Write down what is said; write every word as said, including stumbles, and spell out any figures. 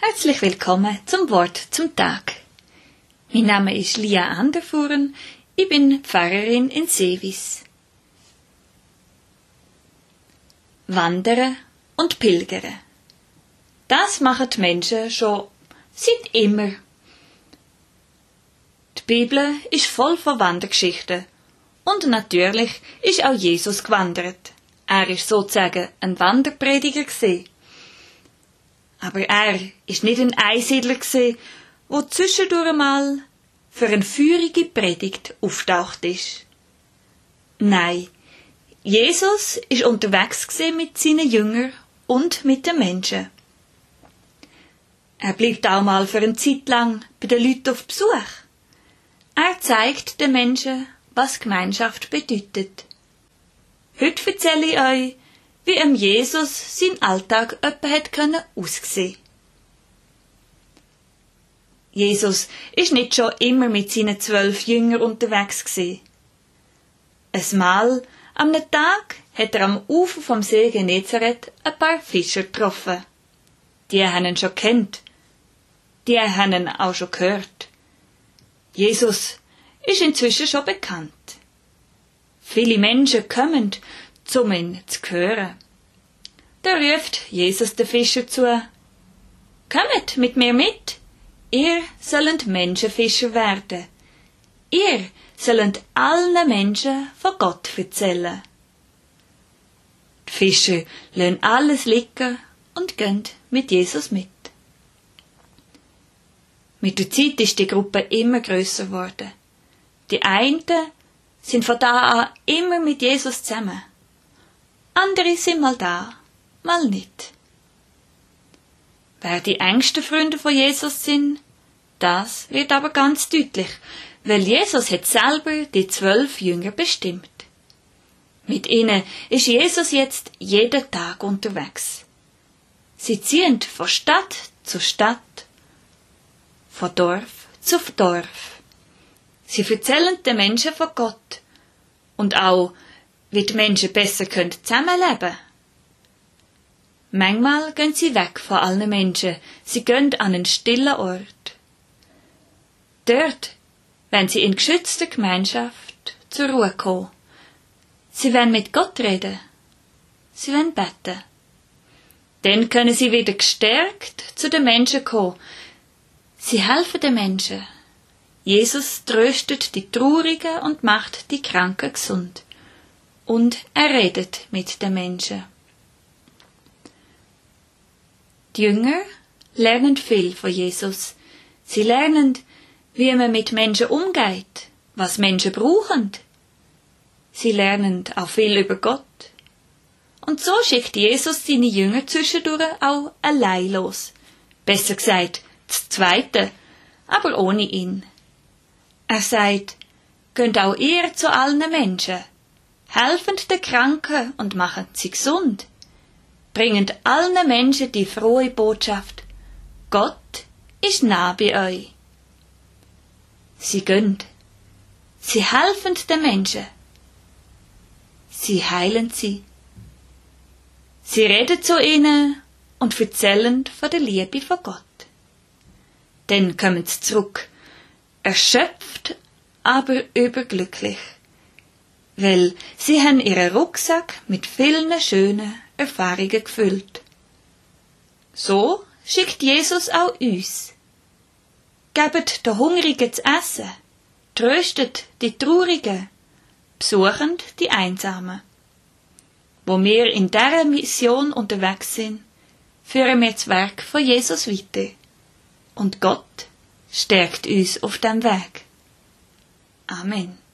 Herzlich willkommen zum Wort zum Tag. Mein Name ist Lia Anderfuhren, ich bin Pfarrerin in Seewis. Wandern und Pilgern. Das machen die Menschen schon seit immer. Die Bibel ist voll von Wandergeschichten. Und natürlich ist auch Jesus gewandert. Er ist sozusagen ein Wanderprediger gewesen. Aber er ist nicht ein Einsiedler gewesen, wo zwischendurch mal für eine feurige Predigt auftaucht ist. Nein, Jesus ist unterwegs gewesen mit seinen Jüngern und mit den Menschen. Er bleibt auch mal für eine Zeit lang bei den Leuten auf Besuch. Er zeigt den Menschen, was Gemeinschaft bedeutet. Heute erzähle ich euch, wie ihm Jesus sein Alltag etwa hat können aussehen. Jesus ist nicht schon immer mit seinen zwölf Jüngern unterwegs gewesen. Ein Mal, am Tag, hat er am Ufer vom See Genezareth ein paar Fischer getroffen. Die haben ihn schon kennt. Die haben ihn auch schon gehört. Jesus ist inzwischen schon bekannt. Viele Menschen kommen, um ihn zu hören. Da ruft Jesus den Fischer zu: Kommt mit mir mit, ihr sollt Menschenfischer werden. Ihr sollt allen Menschen von Gott erzählen. Die Fischer lassen alles liegen und gehen mit Jesus mit. Mit der Zeit ist die Gruppe immer grösser geworden. Die einen sind von da an immer mit Jesus zusammen. Andere sind mal da, mal nicht. Wer die engsten Freunde von Jesus sind, das wird aber ganz deutlich, weil Jesus hat selber die zwölf Jünger bestimmt. Mit ihnen ist Jesus jetzt jeden Tag unterwegs. Sie ziehen von Stadt zu Stadt, von Dorf zu Dorf. Sie erzählen den Menschen von Gott und auch, wie die Menschen besser zusammenleben können. Manchmal gehen sie weg von allen Menschen, sie gehen an einen stillen Ort. Dort wollen sie in geschützter Gemeinschaft zur Ruhe kommen. Sie wollen mit Gott reden. Sie wollen beten. Dann können sie wieder gestärkt zu den Menschen kommen. Sie helfen den Menschen. Jesus tröstet die Traurigen und macht die Kranken gesund. Und er redet mit den Menschen. Die Jünger lernen viel von Jesus. Sie lernen, wie man mit Menschen umgeht, was Menschen brauchen. Sie lernen auch viel über Gott. Und so schickt Jesus seine Jünger zwischendurch auch allein los. Besser gesagt, das Zweite, aber ohne ihn. Er sagt, geht auch ihr zu allen Menschen, helfend den Kranken und machen sie gesund, bringend allen Menschen die frohe Botschaft: Gott ist nah bei euch. Sie gehen, sie helfen den Menschen, sie heilen sie, sie reden zu ihnen und erzählen von der Liebe von Gott. Dann kommen sie zurück, erschöpft, aber überglücklich, weil sie haben ihren Rucksack mit vielen schönen Erfahrungen gefüllt. So schickt Jesus auch uns. Gebet den Hungrigen zu essen, tröstet die Traurigen, besuchend die Einsamen. Wo wir in dieser Mission unterwegs sind, führen wir das Werk von Jesus weiter. Und Gott stärkt uns auf dem Weg. Amen.